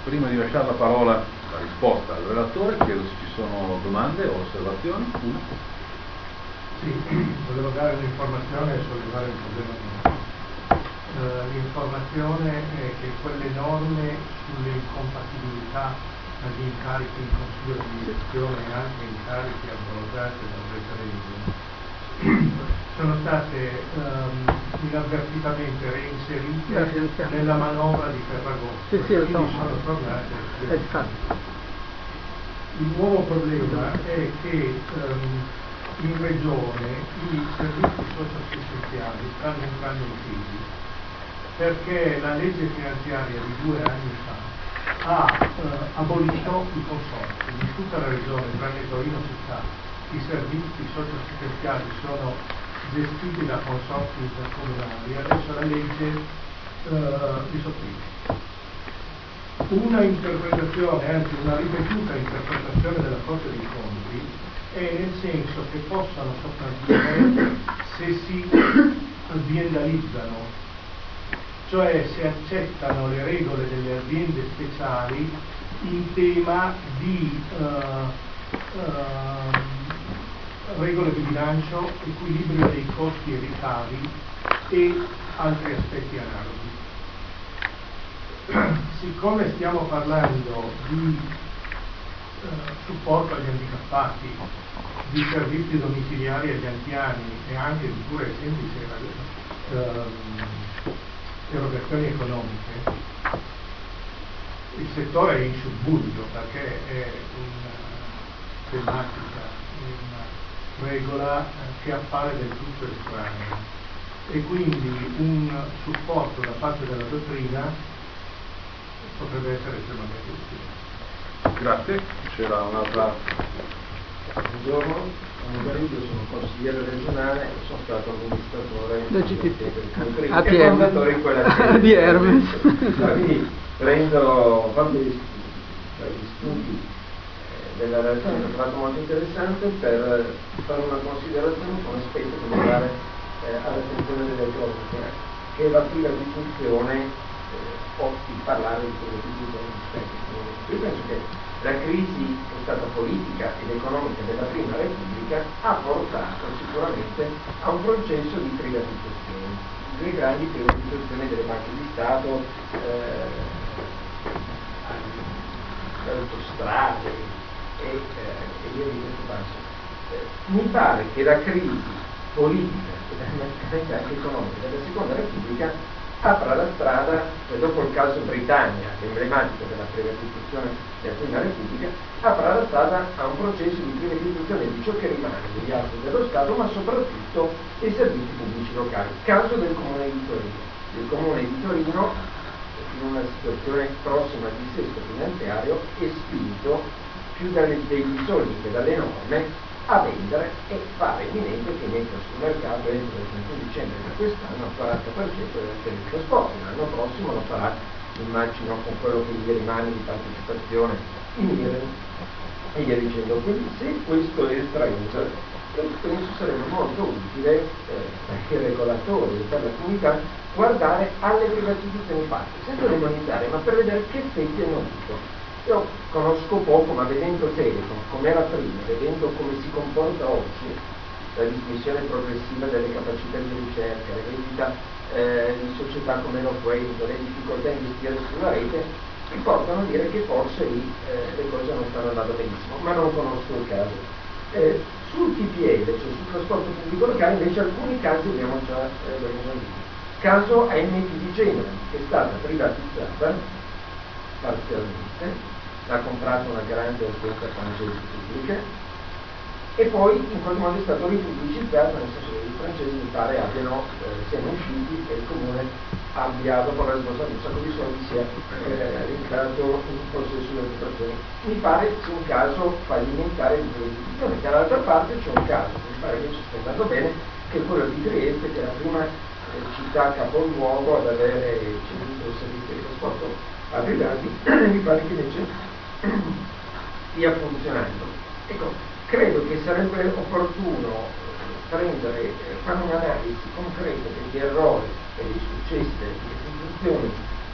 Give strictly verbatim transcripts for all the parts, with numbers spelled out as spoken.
Prima di lasciare la parola, la risposta al relatore, chiedo se ci sono domande o osservazioni. Una. Sì, volevo dare un'informazione e sollevare un problema mio. Uh, l'informazione è che quelle norme sulle incompatibilità agli incarichi in consiglio di amministrazione e anche incarichi abrogati dal referendum sono state um, inavvertitamente reinserite nella manovra di Ferragosto, sì, sì, e quindi so. sono tornate. Eh, Il nuovo problema è che um, in regione i servizi socioassistenziali stanno entrando in crisi perché la legge finanziaria di due anni fa ha eh, abolito i consorzi. In tutta la regione, tranne Torino città, i servizi socioassistenziali sono gestiti da consorzi intercomunali. Adesso la legge eh, li sopprime. Una interpretazione, anzi una ripetuta interpretazione della Corte dei Conti è nel senso che possano sopravvivere se si aziendalizzano, cioè se accettano le regole delle aziende speciali in tema di uh, uh, regole di bilancio, equilibrio dei costi e ricavi e altri aspetti analoghi. Siccome stiamo parlando di uh, supporto agli handicappati, di servizi domiciliari agli anziani e anche di pure semplici uh, erogazioni economiche, il settore è in subbuglio perché è una tematica, una regola che appare del tutto estranea e quindi un supporto da parte della dottrina potrebbe essere estremamente utile. Grazie. C'era un'altra. Buongiorno. Io sono consigliere regionale e sono stato amministratore A P M fondatore in quella di Hermes. Quindi prendo proprio gli studi della relazione che ho trovato molto interessante per fare una considerazione su un aspetto che mi pare eh, all'attenzione delle cose, che è la privatizzazione, eh, o di parlare di privatizzazione. Io penso che la crisi che è stata politica ed economica della Prima Repubblica ha portato sicuramente a un processo di privatizzazione, le grandi privatizzazioni delle banche di Stato, eh, le autostrade e, eh, e via di questo passo. Eh, mi pare che la crisi politica e anche economica della Seconda Repubblica apra la strada, cioè dopo il caso Britannia, emblematico della privatizzazione della Prima Repubblica, apra la strada a un processo di privatizzazione di ciò che rimane degli altri dello Stato, ma soprattutto dei servizi pubblici locali. Caso del Comune di Torino. Il Comune di Torino, in una situazione prossima al dissesto finanziario, è spinto più dalle, degli soldi che dalle norme a vendere e pare evidente che metta sul mercato entro il trentuno dicembre di quest'anno il quaranta per cento delle aziende di trasporto. L'anno prossimo lo farà, immagino, con quello che gli rimane di partecipazione in I R E e via dicendo. Quindi se questo è il trend, penso sarebbe molto utile eh, per i regolatori e per la comunità guardare alle privatizzazioni fatte, senza demonizzare, ma per vedere che effetti hanno avuto. Io conosco poco, ma vedendo Telecom come era prima, vedendo come si comporta oggi, la dismissione progressiva delle capacità di ricerca, la vendita eh, di società come l'Offwave, le difficoltà a investire sulla rete, mi portano a dire che forse lì eh, le cose non stanno andando benissimo, ma non conosco il caso. Eh, sul T P L, cioè sul trasporto pubblico locale, invece alcuni casi abbiamo già eh, visto. Caso A M T di Genova, che è stata privatizzata parzialmente, l'ha comprata una grande azienda francese pubblica e poi in qualche modo è stato ripubblicizzato, nel senso che i francesi mi pare abbiano, eh, siano usciti e il comune abbia, dopo aver sborsato un sacco di soldi, sia eh, entrato in un processo di occupazione. Mi pare sia un caso fallimentare di privatizzazione. Dall'altra parte c'è un caso che mi pare che ci stia andando bene, che è quello di Trieste, che è la prima eh, città capoluogo ad avere ceduto il servizio di trasporto a privati, mi pare che invece stia funzionando. Ecco, credo che sarebbe opportuno prendere, fare un'analisi concreta degli errori e dei successi delle privatizzazioni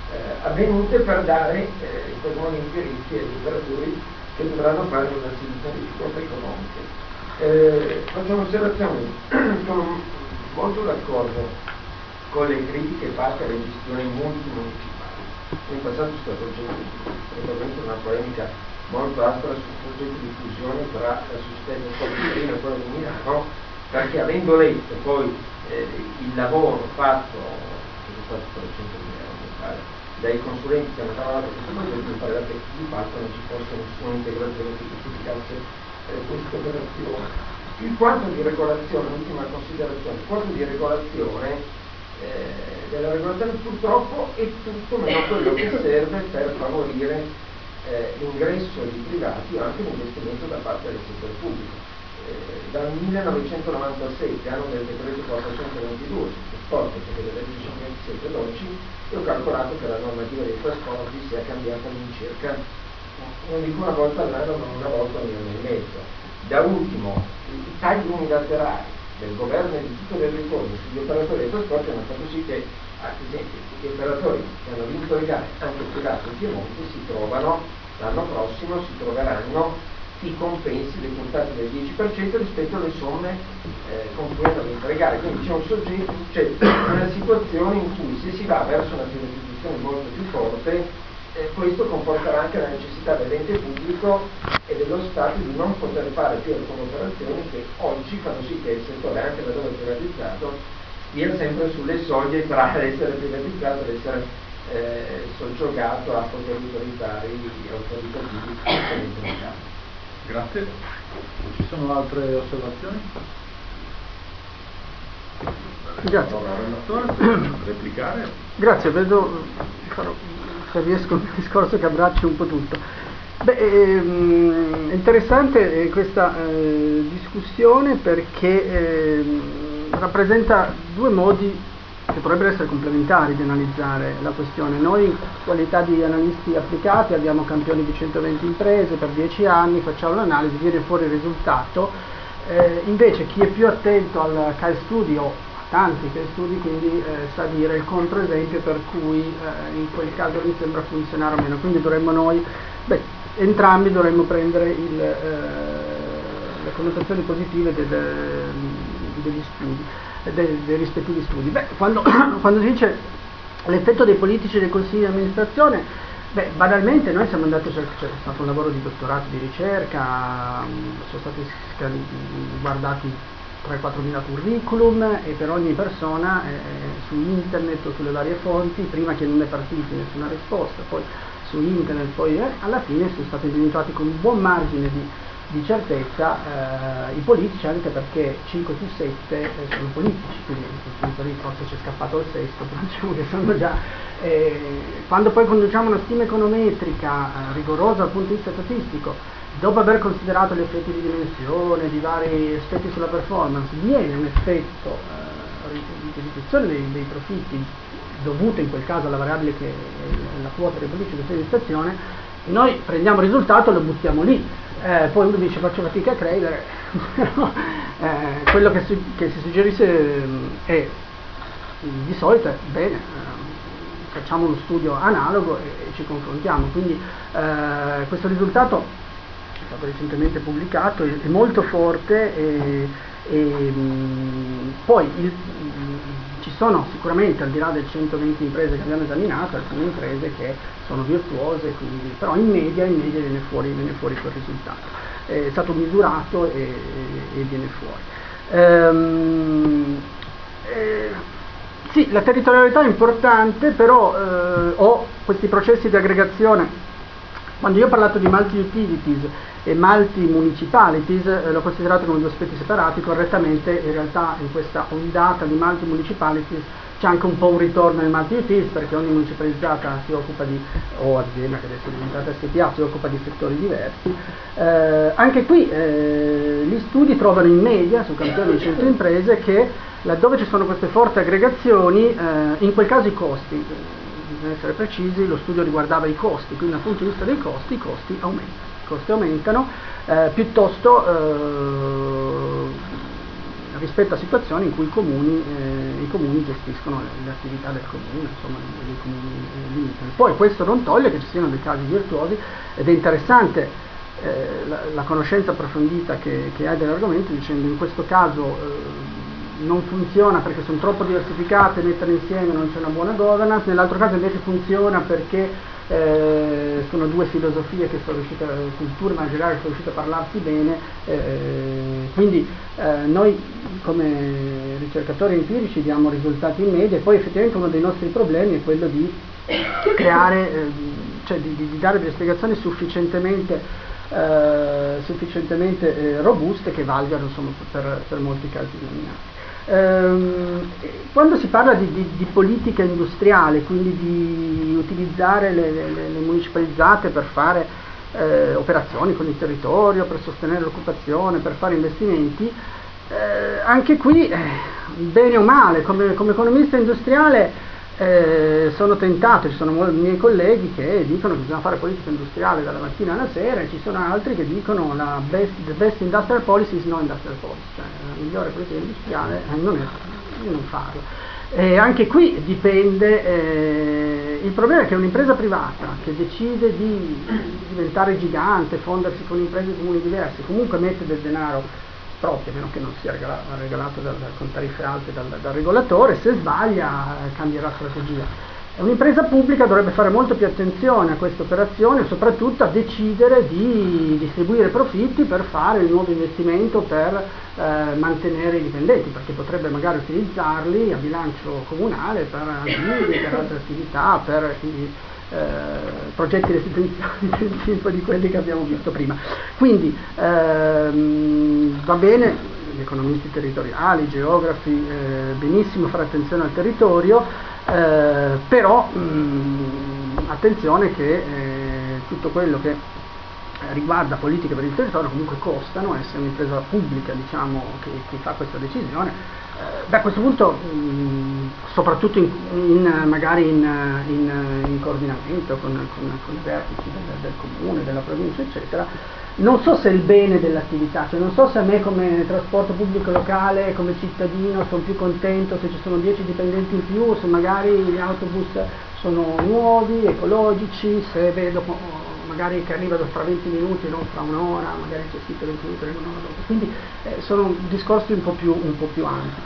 eh, avvenute per dare eh, in qualche modo indirizzi agli operatori che dovranno fare una situazione di difficoltà economiche. Eh, faccio un'osservazione, sono molto d'accordo con le critiche fatte alle gestioni multimunicipali. In passato è stato probabilmente una polemica molto aspra sul progetto di fusione tra la società di trasporto di Torino e quella di Milano, perché avendo letto poi eh, il lavoro fatto, che è stato trecentomila euro mi pare, dai consulenti che hanno lavorato a questo progetto, mi pareva che di fatto non ci fosse nessuna integrazione che giustificasse eh, questa operazione. Il quanto di regolazione, l'ultima considerazione, il quanto di regolazione eh, della regolazione purtroppo è tutto meno quello che serve per favorire eh, l'ingresso di privati o anche l'investimento da parte del settore pubblico. Eh, dal millenovecentonovantasette, anno del decreto quattrocentoventidue sul trasporto, che deve legge centoventisette dodici, io ho calcolato che la normativa dei trasporti sia cambiata all'incirca, non dico una volta all'anno, ma una volta ogni anno e mezzo. Da ultimo, i tagli unilaterali del governo e di tutte le riforme sugli operatori dei trasporti hanno fatto sì che, ad esempio, gli operatori che hanno vinto le gare, anche privati in Piemonte, si trovano, l'anno prossimo si troveranno i compensi decurtati del dieci per cento rispetto alle somme eh, con cui hanno vinto le gare. Quindi c'è un soggetto, c'è una situazione in cui se si va verso una privatizzazione molto più forte, Eh, questo comporterà anche la necessità dell'ente pubblico e dello Stato di non poter fare più alcune operazioni che oggi fanno sì che il settore, anche laddove privatizzato, stia sempre sulle soglie tra l'essere privatizzato ed essere eh, soggiogato a poteri autoritari autoritativi. Grazie. Ci sono altre osservazioni? Grazie. Replicare? Grazie, vedo, farò, se riesco un discorso che abbracci un po' tutto. Beh, ehm, è interessante questa eh, discussione perché ehm, rappresenta due modi che potrebbero essere complementari di analizzare la questione. Noi in qualità di analisti applicati abbiamo campioni di centoventi imprese per dieci anni, facciamo l'analisi, viene fuori il risultato. Eh, invece chi è più attento al case study o tanti case study quindi eh, sa dire il controesempio per cui eh, in quel caso lì sembra funzionare o meno. Quindi dovremmo noi, beh, entrambi dovremmo prendere il, eh, le connotazioni positive del, degli studi, dei, dei rispettivi studi. Beh, quando, quando si dice l'effetto dei politici e dei consigli di amministrazione, beh, banalmente noi siamo andati, c'è stato un lavoro di dottorato di ricerca, sono stati guardati tre quattro mila curriculum e per ogni persona eh, su internet o sulle varie fonti, prima che non è partita nessuna risposta, poi su internet, poi eh, alla fine sono stati individuati con un buon margine di, di certezza eh, i politici, anche perché cinque su sette eh, sono politici, quindi lì forse c'è scappato il sesto, però che sono già eh, quando poi conduciamo una stima econometrica eh, rigorosa dal punto di vista statistico, dopo aver considerato gli effetti di dimensione, di vari aspetti sulla performance, viene un effetto eh, di riduzione dei, dei profitti dovuto in quel caso alla variabile che è la quota dei politici di amministrazione, noi prendiamo il risultato e lo buttiamo lì. Eh, poi uno dice faccio fatica a credere, però eh, quello che, su, che si suggerisce è di solito è bene, eh, facciamo uno studio analogo e, e ci confrontiamo. Quindi eh, questo risultato è stato recentemente pubblicato, è, è molto forte e, e mh, poi il, mh, ci sono sicuramente, al di là delle centoventi imprese che abbiamo esaminato, alcune imprese che sono virtuose, quindi, però in media, in media viene fuori, viene fuori quel risultato, è stato misurato e, e, e viene fuori. Ehm, eh, sì, la territorialità è importante, però eh, ho questi processi di aggregazione. Quando io ho parlato di multi-utilities e multi-municipalities, eh, l'ho considerato come due aspetti separati. Correttamente, in realtà in questa ondata di multi-municipalities c'è anche un po' un ritorno ai multi-utilities, perché ogni municipalizzata si occupa di, o azienda che adesso è diventata S P A, si occupa di settori diversi. Eh, anche qui eh, gli studi trovano in media, su campioni di cento imprese, che laddove ci sono queste forti aggregazioni, eh, in quel caso i costi, bisogna essere precisi, lo studio riguardava i costi, quindi dal punto di vista dei costi, i costi aumentano, i costi aumentano, eh, piuttosto eh, rispetto a situazioni in cui i comuni, eh, i comuni gestiscono le, le attività del comune, insomma, dei comuni eh, limitrofi. Poi questo non toglie che ci siano dei casi virtuosi, ed è interessante eh, la, la conoscenza approfondita che, che hai dell'argomento, dicendo in questo caso eh, non funziona perché sono troppo diversificate, metterle insieme non c'è una buona governance, nell'altro caso invece funziona perché Eh, sono due filosofie che sono riuscite, culture manageriali che sono riuscite a parlarsi bene, eh, quindi eh, noi come ricercatori empirici diamo risultati in media, e poi effettivamente uno dei nostri problemi è quello di creare, eh, cioè di, di dare delle spiegazioni sufficientemente, eh, sufficientemente eh, robuste che valgano insomma, per, per molti casi nominati. Quando si parla di, di, di politica industriale, quindi di utilizzare le, le, le municipalizzate per fare eh, operazioni con il territorio, per sostenere l'occupazione, per fare investimenti, eh, anche qui, eh, bene o male, come, come economista industriale eh, sono tentato, ci sono molti miei colleghi che dicono che bisogna fare politica industriale dalla mattina alla sera, e ci sono altri che dicono la best, the best industrial policy is no industrial policy, cioè la migliore politica industriale eh, non è non farlo. E anche qui dipende, eh, il problema è che un'impresa privata che decide di diventare gigante, fondersi con imprese comuni diverse, comunque mette del denaro proprio, a meno che non sia regalato, regalato dal, con tariffe alte dal, dal regolatore, se sbaglia eh, cambierà strategia. Un'impresa pubblica dovrebbe fare molto più attenzione a questa operazione, soprattutto a decidere di distribuire profitti per fare il nuovo investimento per eh, mantenere i dipendenti, perché potrebbe magari utilizzarli a bilancio comunale per asili, per altre attività, per i eh, progetti residenziali del tipo di quelli che abbiamo visto prima. Quindi ehm, va bene, gli economisti territoriali, i geografi, eh, benissimo fare attenzione al territorio, Eh, però mh, attenzione che eh, tutto quello che riguarda politiche per il territorio comunque costano, e se un'impresa pubblica diciamo che, che fa questa decisione, eh, da questo punto mh, soprattutto in, in, magari in, in, in coordinamento con, con, con i vertici del, del comune, della provincia eccetera, non so se il bene dell'attività, cioè non so se a me come trasporto pubblico locale, come cittadino, sono più contento se ci sono dieci dipendenti in più, se magari gli autobus sono nuovi, ecologici, se vedo magari che arrivano fra venti minuti e non fra un'ora, magari c'è scritto venti minuti e un'ora dopo. Quindi eh, sono discorsi un po' più, un po' più ampi.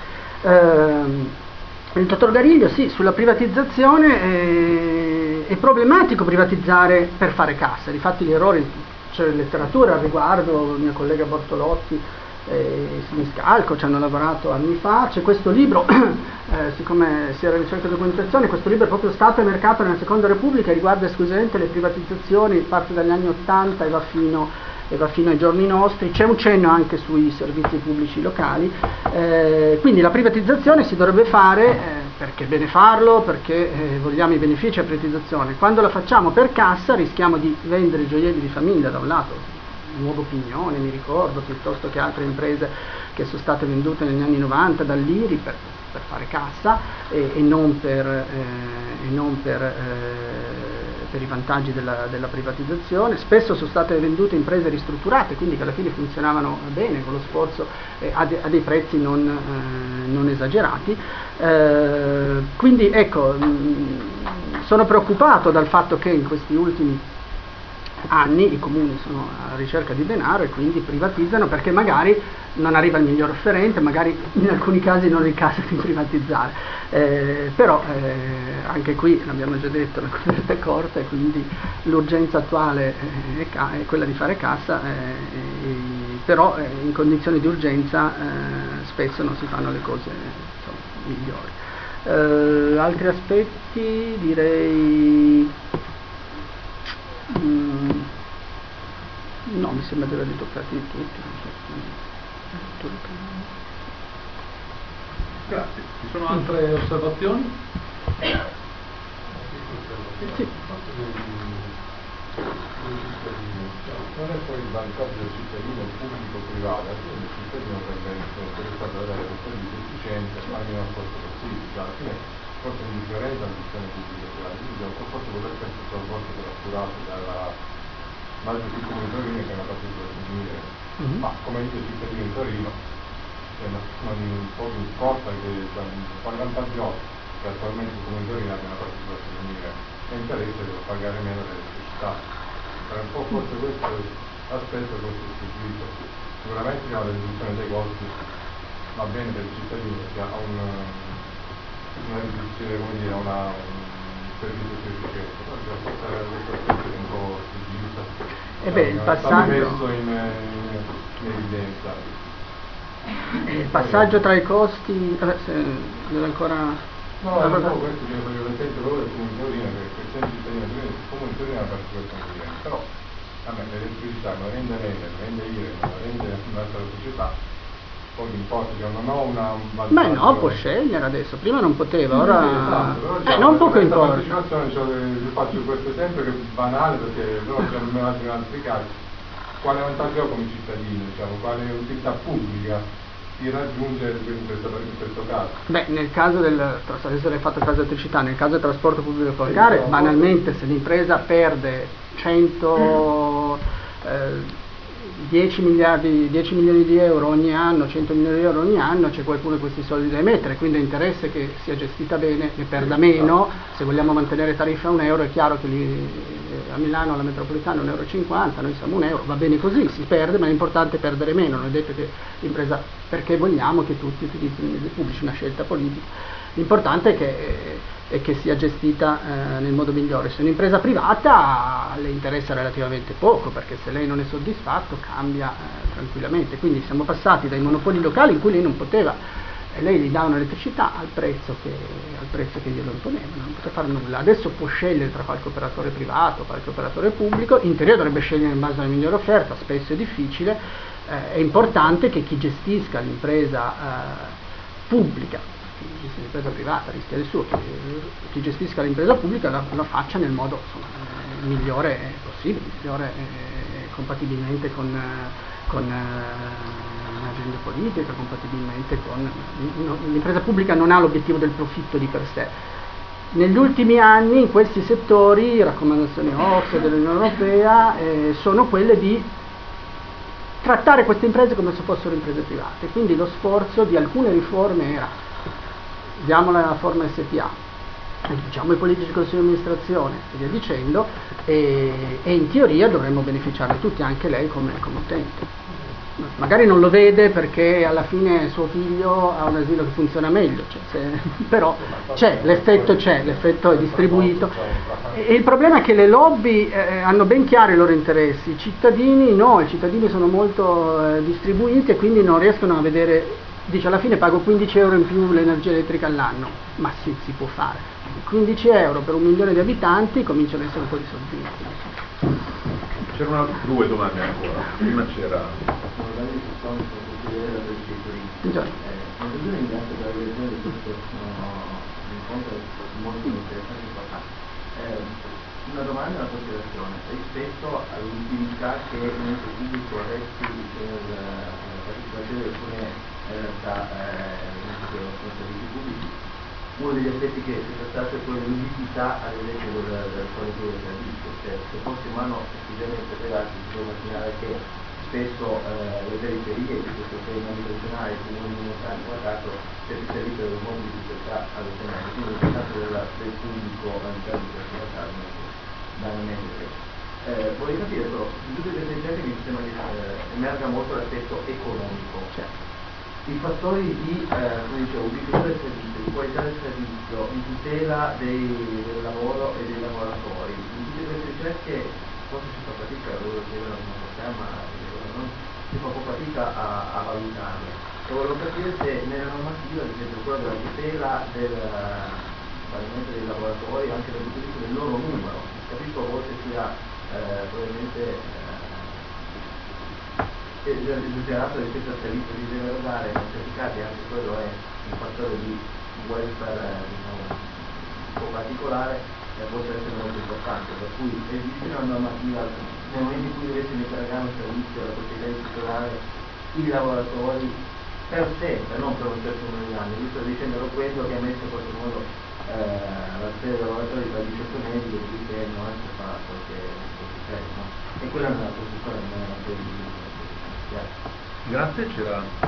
Eh, il dottor Gariglio, sì, sulla privatizzazione eh, è problematico privatizzare per fare cassa, difatti gli errori. C'è letteratura al riguardo, il mio collega Bortolotti e Siniscalco ci hanno lavorato anni fa, c'è questo libro, eh, siccome si era ricerca e documentazione, questo libro è proprio stato mercato nella Seconda Repubblica e riguarda esclusivamente le privatizzazioni, parte dagli anni Ottanta e va fino, e va fino ai giorni nostri, c'è un cenno anche sui servizi pubblici locali, eh, quindi la privatizzazione si dovrebbe fare eh, perché è bene farlo, perché eh, vogliamo i benefici della privatizzazione. Quando la facciamo per cassa rischiamo di vendere gioielli di famiglia da un lato, Nuovo Pignone mi ricordo, piuttosto che altre imprese che sono state vendute negli anni novanta dall'I R I per, per fare cassa e, e non per, eh, e non per, eh, per i vantaggi della, della privatizzazione. Spesso sono state vendute imprese ristrutturate, quindi che alla fine funzionavano bene con lo sforzo eh, a, de, a dei prezzi non, eh, non esagerati. Eh, quindi ecco, mh, sono preoccupato dal fatto che in questi ultimi anni i comuni sono alla ricerca di denaro e quindi privatizzano perché magari non arriva il miglior offerente, magari in alcuni casi non è il caso di privatizzare, eh, però eh, anche qui l'abbiamo già detto, la coperta è corta e quindi l'urgenza attuale è, ca- è quella di fare cassa, eh, però eh, in condizioni di urgenza eh, spesso non si fanno le cose insomma, migliori. Eh, altri aspetti direi Mm, no, mi sembra di averli toccati tutti. Grazie. Ci sono altre osservazioni? Sì. Non è poi il vantaggio del cittadino pubblico-privato, quindi il cittadino dovrebbe essere interessato ad avere un servizio efficiente al minor costo possibile. Alla fine forse è indifferente alla gestione pubblico-privata, quindi forse potrebbe essere talvolta per appurato dalla maggior cittadino di Torino che è una cosa da definire, mm-hmm. ma come dice il cittadino di Torino, cioè, non, non poco importa che cioè, qual vantaggio che attualmente i comunitori abbiano la partecipazione mia, e interessa devo pagare meno l'elettricità. È un po' forse questo aspetto che si è seguito. Sicuramente la riduzione dei costi va bene per il cittadino che ha un, una riduzione, come dire, una, un servizio più efficiente, però bisogna portare questo aspetto che è un po' sfuggito, e beh, il passaggio messo in, in, in evidenza. Il passaggio tra i costi, eh, se deve ancora... No, no, no, questo viene proprio l'esempio proprio del comunitorino, perché essendo cittadino il comunitorino è una partecipazione diretta, però vabbè, l'elettricità non rende Enel, non rende I R E, non rende un'altra società, poi mi importa, cioè non ho una vantaggio. Beh no, può scegliere adesso, prima non poteva, ora... Sì, esatto, però eh, non poco questa importa. partecipazione, cioè, vi faccio questo esempio che è banale, perché però c'è altri, altri casi. Quale vantaggio ho come cittadino, diciamo, quale utilità pubblica si raggiunge in questo, in questo caso? Beh, nel caso del, adesso l'hai fatto caso elettricità, nel caso del trasporto pubblico locale, sì, banalmente se l'impresa perde cento, eh, dieci miliardi, dieci milioni di euro ogni anno, cento milioni di euro ogni anno, c'è qualcuno che questi soldi deve mettere, quindi è interesse che sia gestita bene, che perda meno. Se vogliamo mantenere tariffe a un euro, è chiaro che lì, a Milano alla metropolitana un euro e cinquanta, noi siamo un euro, va bene così, si perde, ma è importante perdere meno, non è detto che l'impresa, perché vogliamo che tutti utilizzino i mezzi pubblici, una scelta politica. L'importante è che, è che sia gestita eh, nel modo migliore. Se un'impresa privata le interessa relativamente poco, perché se lei non è soddisfatto cambia eh, tranquillamente. Quindi siamo passati dai monopoli locali in cui lei non poteva, e lei gli davano l'elettricità al prezzo che, al prezzo che glielo imponevano, non poteva fare nulla. Adesso può scegliere tra qualche operatore privato, qualche operatore pubblico, in teoria dovrebbe scegliere in base alla migliore offerta, spesso è difficile. Eh, è importante che chi gestisca l'impresa eh, pubblica, l'impresa privata rischia del suo, che chi gestisca l'impresa pubblica la, la faccia nel modo insomma, migliore possibile, migliore eh, compatibilmente con, con eh, un'agenda politica, compatibilmente con... No, l'impresa pubblica non ha l'obiettivo del profitto di per sé. Negli ultimi anni in questi settori, raccomandazioni O C S E dell'Unione Europea, eh, sono quelle di trattare queste imprese come se fossero imprese private, quindi lo sforzo di alcune riforme era diamola nella forma S P A, diciamo ai politici del consiglio di amministrazione e via dicendo, e, e in teoria dovremmo beneficiarne tutti, anche lei come, come utente. Magari non lo vede perché alla fine suo figlio ha un asilo che funziona meglio, cioè se, però c'è, l'effetto c'è, l'effetto è distribuito. E il problema è che le lobby eh, hanno ben chiari i loro interessi, i cittadini no, i cittadini sono molto eh, distribuiti e quindi non riescono a vedere. Dice alla fine pago quindici euro in più l'energia elettrica all'anno, ma sì, si può fare. quindici euro per un milione di abitanti cominciano ad essere un po' di soldini. C'erano due domande ancora, prima c'era... Una domanda e una considerazione rispetto all'utilità che l'ente pubblico resti per la partecipazione di alcune realtà eh, servizi pubblici. Uno degli aspetti che si è trattato è quello dell'utilità ad esempio del, del fornitore del servizio, cioè se fosse in mano esclusivamente privati si può immaginare che spesso eh, le periferie, piuttosto che i mondi regionali, i comuni montani, quant'altro, c'è il servizio del mondo di difficoltà all'ottenere, quindi l'importanza del pubblico all'interno di questa realtà banalmente. Eh, vorrei capire però, in tutte queste esempi mi sembra che eh, emerga molto l'aspetto economico, cioè i fattori di, eh, come dicevo, ubiquità del servizio, di qualità del servizio, di tutela dei, del lavoro e dei lavoratori, in tutte queste ricerche forse si fa fatica, lo chiedono come sistema, no? Si fa un po' fatica a, a valutarle. E volevo capire se nella normativa, ad esempio quella della tutela del, dei lavoratori, anche dal punto di vista del loro numero, capisco a volte sia eh, probabilmente eh, esagerato rispetto al servizio che deve erogare, ma in certi casi anche quello è un fattore di welfare eh, diciamo, un po' particolare e può essere molto importante, per cui esiste una normativa nel momento in cui dovesse mettere a gara un servizio alla possibilità di tutelare i lavoratori per sempre, non per un certo numero di anni. Io sto dicendo quello che ha messo in qualche modo eh, la serie dei lavoratori tra diciotto mesi e dice no, si fa qualche successo, no? E quella è una costruzione non è una serie di Grazie, c'era... Eh,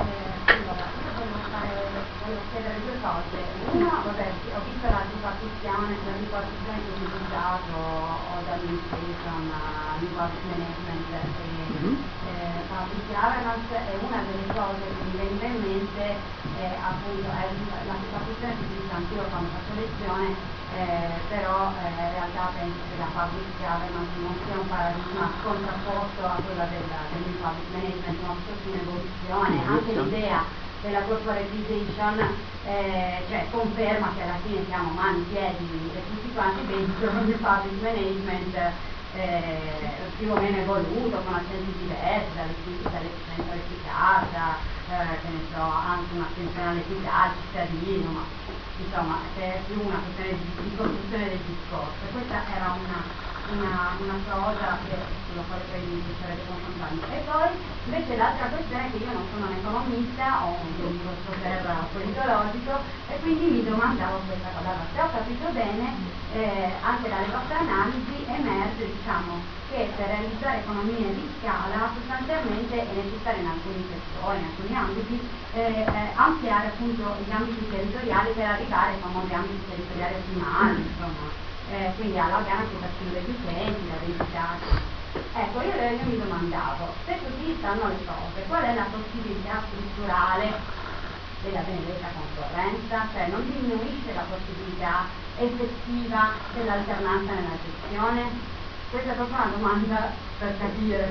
Allora, io volevo, fare, volevo chiedere due cose. Una, vabbè, ho visto la ripartizione, la ripartizione che ho utilizzato o dall'Institution all'Impact Management e Mm-hmm. eh, Public Governance, e una delle cose che mi viene in mente è appunto è la ripartizione che utilizzo anch'io quando faccio lezione, eh, però eh, in realtà penso che la Public Governance non sia un paradigma contrapposto a quella della, dell'Impact Management, ma piuttosto un'evoluzione. Anche l'idea della corporatization eh, cioè conferma che alla fine siamo mani, piedi e tutti quanti dentro il public management eh, più o meno evoluto, con accenti diversi, dall'efficienza all'efficacia, eh, che ne so, anche un'attenzione all'equità, al cittadino, ma insomma è più una questione di, di costruzione del discorso. E questa era una, una, una cosa che, sulla quale poi mi piacerebbe confrontarmi. E poi invece l'altra questione è che io non sono un economista, ho un corso per politologico, e quindi mi domandavo questa cosa. Se ho capito bene, eh, anche dalle vostre analisi emerge, diciamo, che per realizzare economie di scala sostanzialmente è necessario in alcuni settori, in alcuni ambiti, eh, eh, ampliare appunto gli ambiti territoriali per arrivare ai famosi ambiti territoriali ottimali, insomma, eh, quindi allargare anche il bacino degli utenti, la densità. Ecco, io, io mi domandavo, se così stanno le cose, qual è la possibilità strutturale della benedetta concorrenza? Cioè non diminuisce la possibilità effettiva dell'alternanza nella gestione? Questa è proprio una domanda per capire.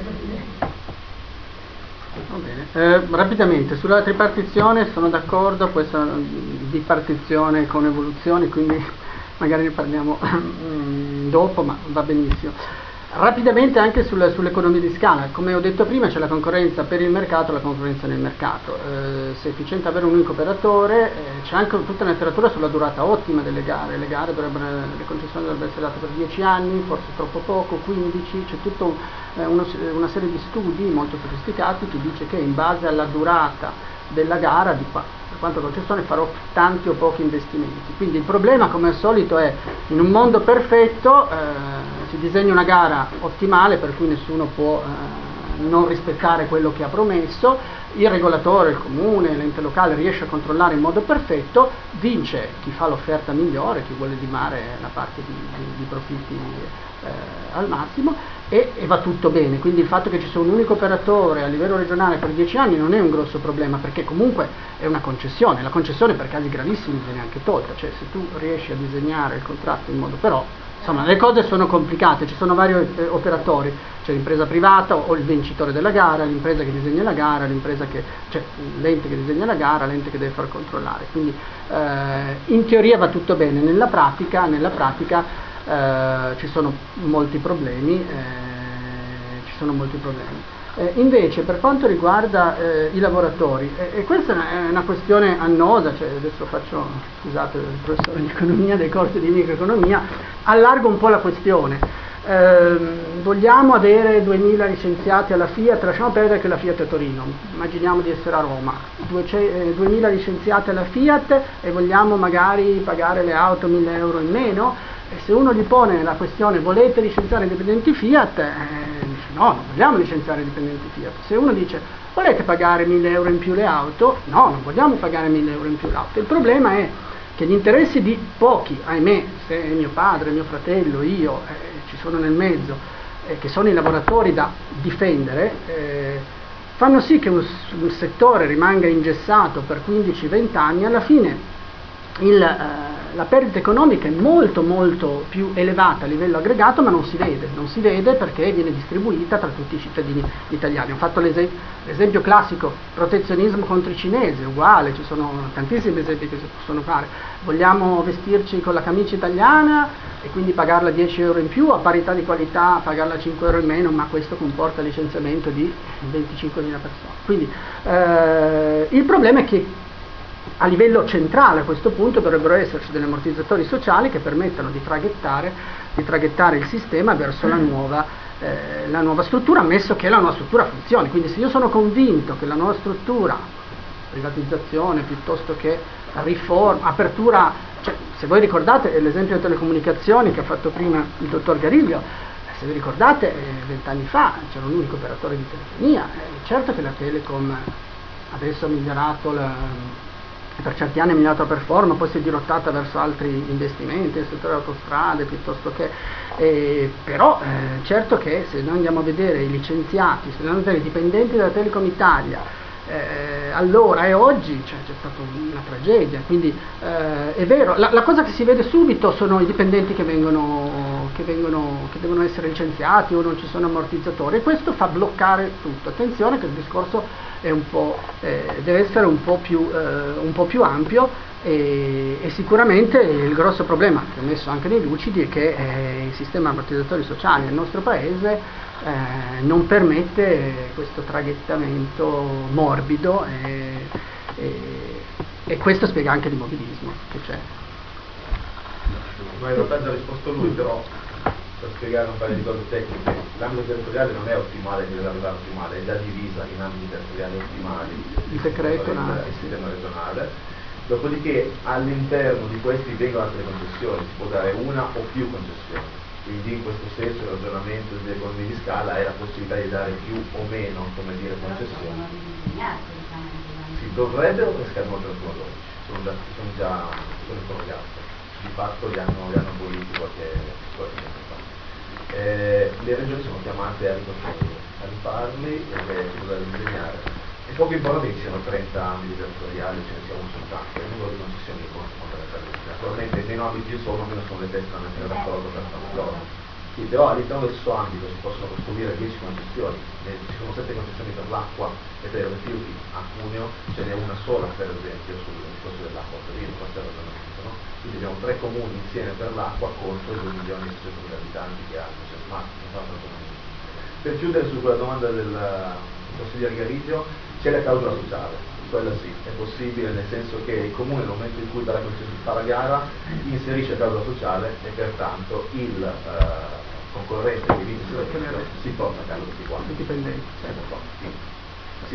Va bene. Eh, rapidamente, sulla tripartizione sono d'accordo, può essere una bipartizione con evoluzioni, quindi magari ne parliamo dopo, ma va benissimo. Rapidamente anche sul, sull'economia di scala, come ho detto prima, c'è la concorrenza per il mercato e la concorrenza nel mercato. Eh, se è efficiente avere un unico operatore, eh, c'è anche tutta una letteratura sulla durata ottima delle gare. Le gare dovrebbero, le concessioni dovrebbero essere date per dieci anni, forse troppo poco, quindici, c'è tutta un, eh, uno, una serie di studi molto sofisticati che dice che in base alla durata della gara, di qua, per quanto concessione, farò tanti o pochi investimenti. Quindi il problema, come al solito, è in un mondo perfetto eh, si disegna una gara ottimale per cui nessuno può eh, non rispettare quello che ha promesso, il regolatore, il comune, l'ente locale riesce a controllare in modo perfetto, vince chi fa l'offerta migliore, chi vuole limare la parte di, di, di profitti eh, al massimo, e, e va tutto bene. Quindi il fatto che ci sia un unico operatore a livello regionale per dieci anni non è un grosso problema, perché comunque è una concessione. La concessione per casi gravissimi viene anche tolta, cioè se tu riesci a disegnare il contratto in modo, però insomma le cose sono complicate, ci sono vari eh, operatori, c'è l'impresa privata o il vincitore della gara, l'impresa che disegna la gara, l'impresa che, cioè l'ente che disegna la gara, l'ente che deve far controllare. Quindi eh, in teoria va tutto bene, nella pratica, nella pratica eh, ci sono molti problemi, eh, ci sono molti problemi. Eh, invece per quanto riguarda eh, i lavoratori, eh, e questa è una questione annosa, cioè adesso faccio, scusate, il professore di economia dei corsi di microeconomia, allargo un po' la questione. Eh, vogliamo avere duemila licenziati alla Fiat, lasciamo perdere che la Fiat è a Torino, immaginiamo di essere a Roma, duemila licenziati alla Fiat e vogliamo magari pagare le auto mille euro in meno. E se uno gli pone la questione volete licenziare i dipendenti Fiat, eh, dice no, non vogliamo licenziare i dipendenti Fiat. Se uno dice volete pagare mille euro in più le auto, no, non vogliamo pagare mille euro in più le auto. Il problema è che gli interessi di pochi, ahimè, se è mio padre, mio fratello, io, eh, ci sono nel mezzo, eh, che sono i lavoratori da difendere, eh, fanno sì che un, un settore rimanga ingessato per quindici venti anni. Alla fine il, eh, la perdita economica è molto molto più elevata a livello aggregato, ma non si vede, non si vede perché viene distribuita tra tutti i cittadini italiani. Ho fatto l'esem- l'esempio classico, protezionismo contro i cinesi, uguale, ci sono tantissimi esempi che si possono fare. Vogliamo vestirci con la camicia italiana e quindi pagarla dieci euro in più, a parità di qualità pagarla cinque euro in meno, ma questo comporta il licenziamento di venticinquemila persone. Quindi eh, il problema è che a livello centrale a questo punto dovrebbero esserci degli ammortizzatori sociali che permettano di traghettare, di traghettare il sistema verso la nuova, eh, la nuova struttura, ammesso che la nuova struttura funzioni. Quindi se io sono convinto che la nuova struttura, privatizzazione piuttosto che riforma, apertura, cioè, se voi ricordate l'esempio delle telecomunicazioni che ha fatto prima il dottor Gariglio, se vi ricordate vent'anni fa c'era un unico operatore di telefonia, eh, certo che la Telecom adesso ha migliorato la, per certi anni è migliorato la performance, poi si è dirottata verso altri investimenti nel settore delle autostrade piuttosto che eh, però eh, certo che se noi andiamo a vedere i licenziati, se andiamo a vedere i dipendenti della Telecom Italia eh, allora e oggi cioè, c'è stata una tragedia, quindi eh, è vero, la, la cosa che si vede subito sono i dipendenti che vengono che vengono che devono essere licenziati o non ci sono ammortizzatori, e questo fa bloccare tutto. Attenzione che il discorso è un po', eh, deve essere un po' più, eh, un po' più ampio e, e sicuramente il grosso problema che ho messo anche nei lucidi è che eh, il sistema ammortizzatori sociali nel nostro paese eh, non permette questo traghettamento morbido e, e, e questo spiega anche l'immobilismo che c'è. Ma in realtà ha risposto lui, però per spiegare un paio di cose tecniche, l'ambito territoriale non è ottimale nella realtà ottimale, è già divisa in ambiti territoriali ottimali, il decreto il, il sistema regionale, dopodiché all'interno di questi vengono altre concessioni, si può dare una o più concessioni, quindi in questo senso il ragionamento delle economie di scala è la possibilità di dare più o meno, come dire, concessioni. Si dovrebbero pescare molto al dodici, sono già, sono già sono interrogate, di fatto li hanno, li hanno aboliti qualche, qualche tempo fa. Eh, le regioni sono chiamate a ricostruire, a rifarli e a ridisegnare. È poco importante che ci siano trenta ambiti territoriali, ce ne sia uno soltanto, il numero di concessioni che conta fondamentalmente. Naturalmente meno ambiti ci sono, meno sono le teste da mettere d'accordo per fare loro. Sì, però all'interno del stesso ambito si possono costruire dieci concessioni, ci sono sette concessioni per l'acqua e per i rifiuti, a Cuneo ce n'è una sola per esempio sul discorso dell'acqua, per dire questo è il ragionamento, no? Quindi abbiamo tre comuni insieme per l'acqua contro i due milioni e seicento abitanti che hanno, cioè, ma non fa ragionamento. Per chiudere su quella domanda del consigliere Garigio, c'è la clausola sociale, quella sì, è possibile nel senso che il comune nel momento in cui dà la gara inserisce la clausola sociale e pertanto il uh, concorrente che vince il servizio si porta a casa tutti quanti. Dipendenti.